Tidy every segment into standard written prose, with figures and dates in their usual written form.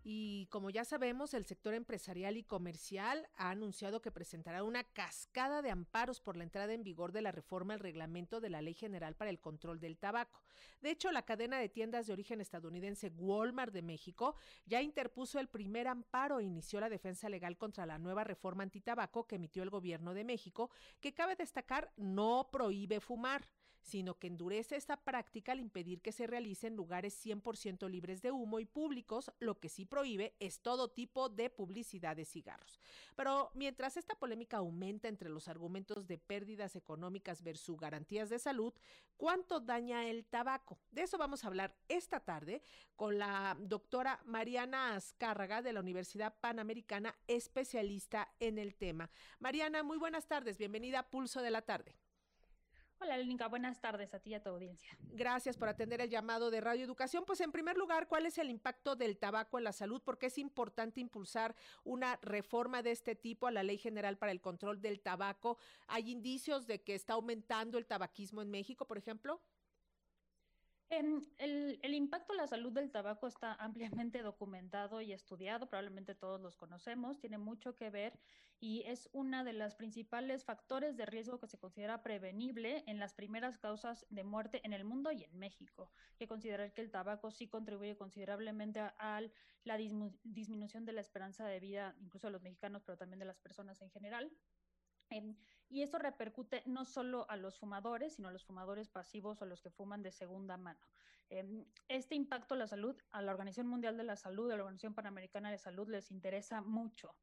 Y como ya sabemos, el sector empresarial y comercial ha anunciado que presentará una cascada de amparos por la entrada en vigor de la reforma al reglamento de la Ley General para el Control del Tabaco. De hecho, la cadena de tiendas de origen estadounidense Walmart de México ya interpuso el primer amparo e inició la defensa legal contra la nueva reforma antitabaco que emitió el gobierno de México, que cabe destacar no prohíbe fumar, sino que endurece esta práctica al impedir que se realice en lugares 100% libres de humo y públicos. Lo que sí prohíbe es todo tipo de publicidad de cigarros. Pero mientras esta polémica aumenta entre los argumentos de pérdidas económicas versus garantías de salud, ¿cuánto daña el tabaco? De eso vamos a hablar esta tarde con la doctora Mariana Azcárraga de la Universidad Panamericana, especialista en el tema. Mariana, muy buenas tardes, bienvenida a Pulso de la Tarde. Hola, Lénica, buenas tardes a ti y a tu audiencia. Gracias por atender el llamado de Radio Educación. Pues en primer lugar, ¿cuál es el impacto del tabaco en la salud? ¿Por qué es importante impulsar una reforma de este tipo a la Ley General para el Control del Tabaco? ¿Hay indicios de que está aumentando el tabaquismo en México, por ejemplo? El impacto en la salud del tabaco está ampliamente documentado y estudiado, probablemente todos los conocemos, tiene mucho que ver y es una de las principales factores de riesgo que se considera prevenible en las primeras causas de muerte en el mundo y en México. Hay que considerar que el tabaco sí contribuye considerablemente a la disminución de la esperanza de vida, incluso de los mexicanos, pero también de las personas en general. Y esto repercute no solo a los fumadores, sino a los fumadores pasivos o a los que fuman de segunda mano. Este impacto a la salud, a la Organización Mundial de la Salud, a la Organización Panamericana de Salud les interesa mucho.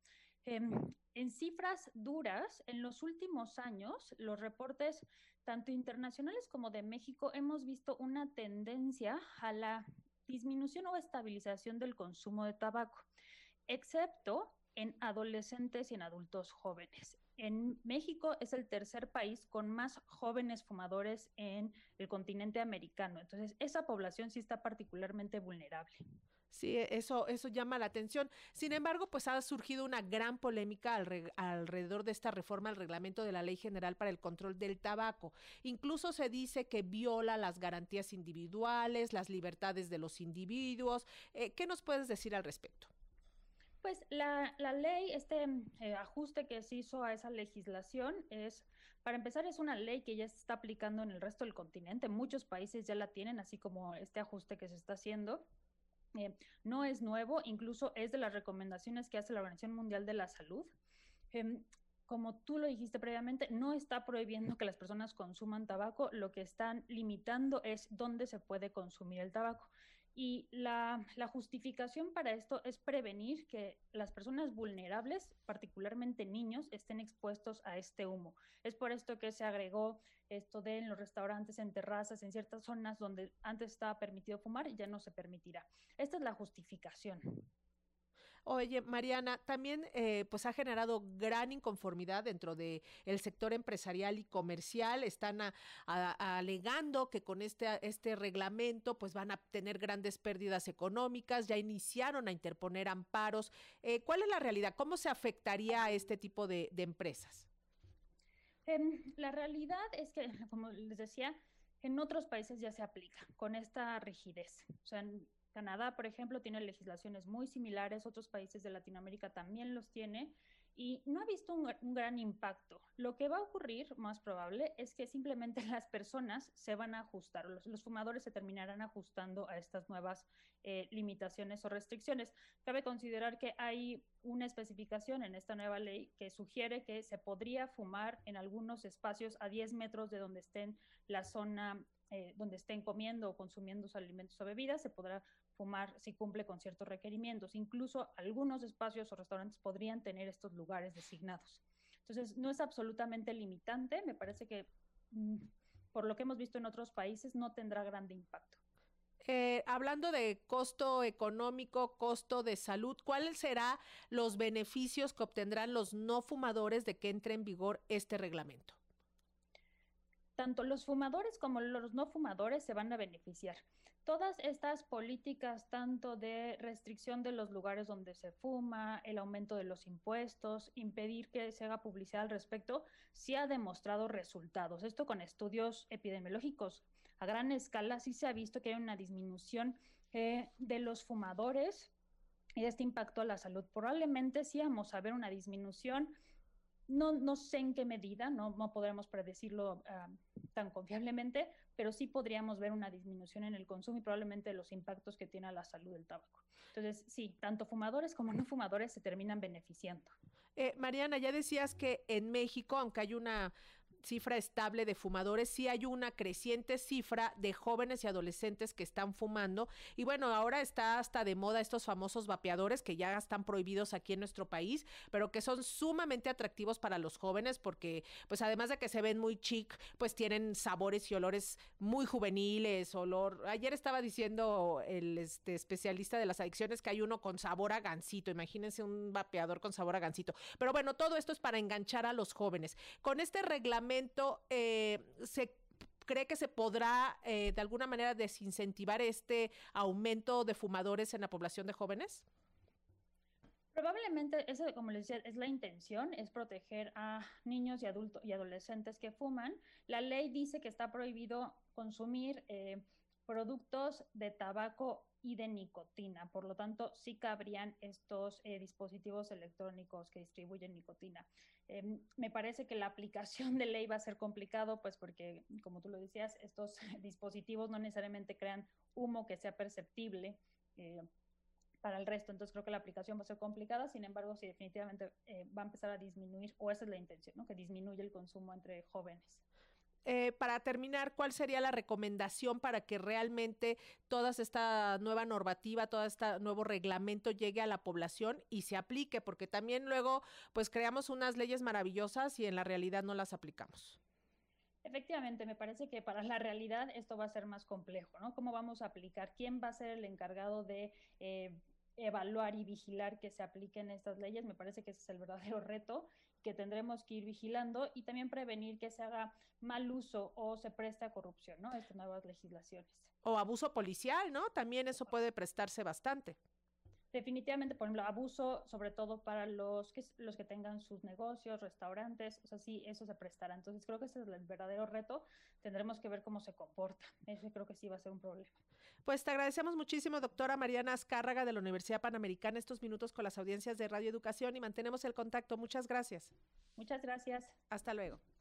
En cifras duras, en los últimos años, los reportes tanto internacionales como de México hemos visto una tendencia a la disminución o estabilización del consumo de tabaco, excepto en adolescentes y en adultos jóvenes. En México es el tercer país con más jóvenes fumadores en el continente americano. Entonces, esa población sí está particularmente vulnerable. Sí, eso llama la atención. Sin embargo, pues ha surgido una gran polémica alrededor de esta reforma al reglamento de la Ley General para el Control del Tabaco. Incluso se dice que viola las garantías individuales, las libertades de los individuos. ¿Qué nos puedes decir al respecto? Pues la ley, ajuste que se hizo a esa legislación para empezar, es una ley que ya se está aplicando en el resto del continente. Muchos países ya la tienen, así como este ajuste que se está haciendo. No es nuevo, incluso es de las recomendaciones que hace la Organización Mundial de la Salud. Eh, Como tú lo dijiste previamente, no está prohibiendo que las personas consuman tabaco, lo que están limitando es dónde se puede consumir el tabaco. Y la justificación para esto es prevenir que las personas vulnerables, particularmente niños, estén expuestos a este humo. Es por esto que se agregó esto de en los restaurantes, en terrazas, en ciertas zonas donde antes estaba permitido fumar, ya no se permitirá. Esta es la justificación. Oye, Mariana, también pues ha generado gran inconformidad dentro de el sector empresarial y comercial. Están alegando que con este reglamento pues van a tener grandes pérdidas económicas. Ya iniciaron a interponer amparos. ¿Cuál es la realidad? ¿Cómo se afectaría a este tipo de empresas? La realidad es que, como les decía, en otros países ya se aplica con esta rigidez. O sea, en Canadá, por ejemplo, tiene legislaciones muy similares, otros países de Latinoamérica también los tiene, y no ha visto un gran impacto. Lo que va a ocurrir, más probable, es que simplemente las personas se van a ajustar, los fumadores se terminarán ajustando a estas nuevas limitaciones o restricciones. Cabe considerar que hay una especificación en esta nueva ley que sugiere que se podría fumar en algunos espacios a 10 metros de donde estén la zona donde estén comiendo o consumiendo sus alimentos o bebidas, se podrá fumar si cumple con ciertos requerimientos. Incluso algunos espacios o restaurantes podrían tener estos lugares designados. Entonces, no es absolutamente limitante, me parece que por lo que hemos visto en otros países no tendrá grande impacto. Hablando de costo económico, costo de salud, ¿cuáles serán los beneficios que obtendrán los no fumadores de que entre en vigor este reglamento? Tanto los fumadores como los no fumadores se van a beneficiar. Todas estas políticas, tanto de restricción de los lugares donde se fuma, el aumento de los impuestos, impedir que se haga publicidad al respecto, sí ha demostrado resultados. Esto con estudios epidemiológicos a gran escala sí se ha visto que hay una disminución de los fumadores y de este impacto a la salud. Probablemente sí vamos a ver una disminución. No sé en qué medida, no podremos predecirlo tan confiablemente, pero sí podríamos ver una disminución en el consumo y probablemente los impactos que tiene a la salud del tabaco. Entonces, sí, tanto fumadores como no fumadores se terminan beneficiando. Mariana, ya decías que en México, aunque hay una cifra estable de fumadores, sí hay una creciente cifra de jóvenes y adolescentes que están fumando. Y bueno, ahora está hasta de moda estos famosos vapeadores que ya están prohibidos aquí en nuestro país, pero que son sumamente atractivos para los jóvenes porque, pues además de que se ven muy chic, pues tienen sabores y olores muy juveniles, olor. Ayer estaba diciendo el especialista de las adicciones que hay uno con sabor a gansito. Imagínense un vapeador con sabor a gansito. Pero bueno, todo esto es para enganchar a los jóvenes. Con este reglamento se cree que se podrá de alguna manera desincentivar este aumento de fumadores en la población de jóvenes. Probablemente, eso, como les decía, es la intención, es proteger a niños y adultos y adolescentes que fuman. La ley dice que está prohibido consumir productos de tabaco y de nicotina. Por lo tanto, sí cabrían estos dispositivos electrónicos que distribuyen nicotina. Me parece que la aplicación de ley va a ser complicado, pues porque, como tú lo decías, estos dispositivos no necesariamente crean humo que sea perceptible. Para el resto. Entonces creo que la aplicación va a ser complicada, sin embargo, sí, definitivamente va a empezar a disminuir, o esa es la intención, ¿no? Que disminuya el consumo entre jóvenes. Para terminar, ¿cuál sería la recomendación para que realmente toda esta nueva normativa, todo este nuevo reglamento llegue a la población y se aplique? Porque también luego, pues creamos unas leyes maravillosas y en la realidad no las aplicamos. Efectivamente, me parece que para la realidad esto va a ser más complejo, ¿no? ¿Cómo vamos a aplicar? ¿Quién va a ser el encargado de evaluar y vigilar que se apliquen estas leyes? Me parece que ese es el verdadero reto que tendremos que ir vigilando y también prevenir que se haga mal uso o se preste a corrupción, ¿no? Estas nuevas legislaciones. O abuso policial, ¿no? También eso puede prestarse bastante. Definitivamente, por ejemplo, abuso, sobre todo para los que tengan sus negocios, restaurantes, o sea, sí, eso se prestará. Entonces, creo que ese es el verdadero reto. Tendremos que ver cómo se comporta. Eso creo que sí va a ser un problema. Pues te agradecemos muchísimo, doctora Mariana Azcárraga de la Universidad Panamericana, estos minutos con las audiencias de Radio Educación y mantenemos el contacto. Muchas gracias. Muchas gracias. Hasta luego.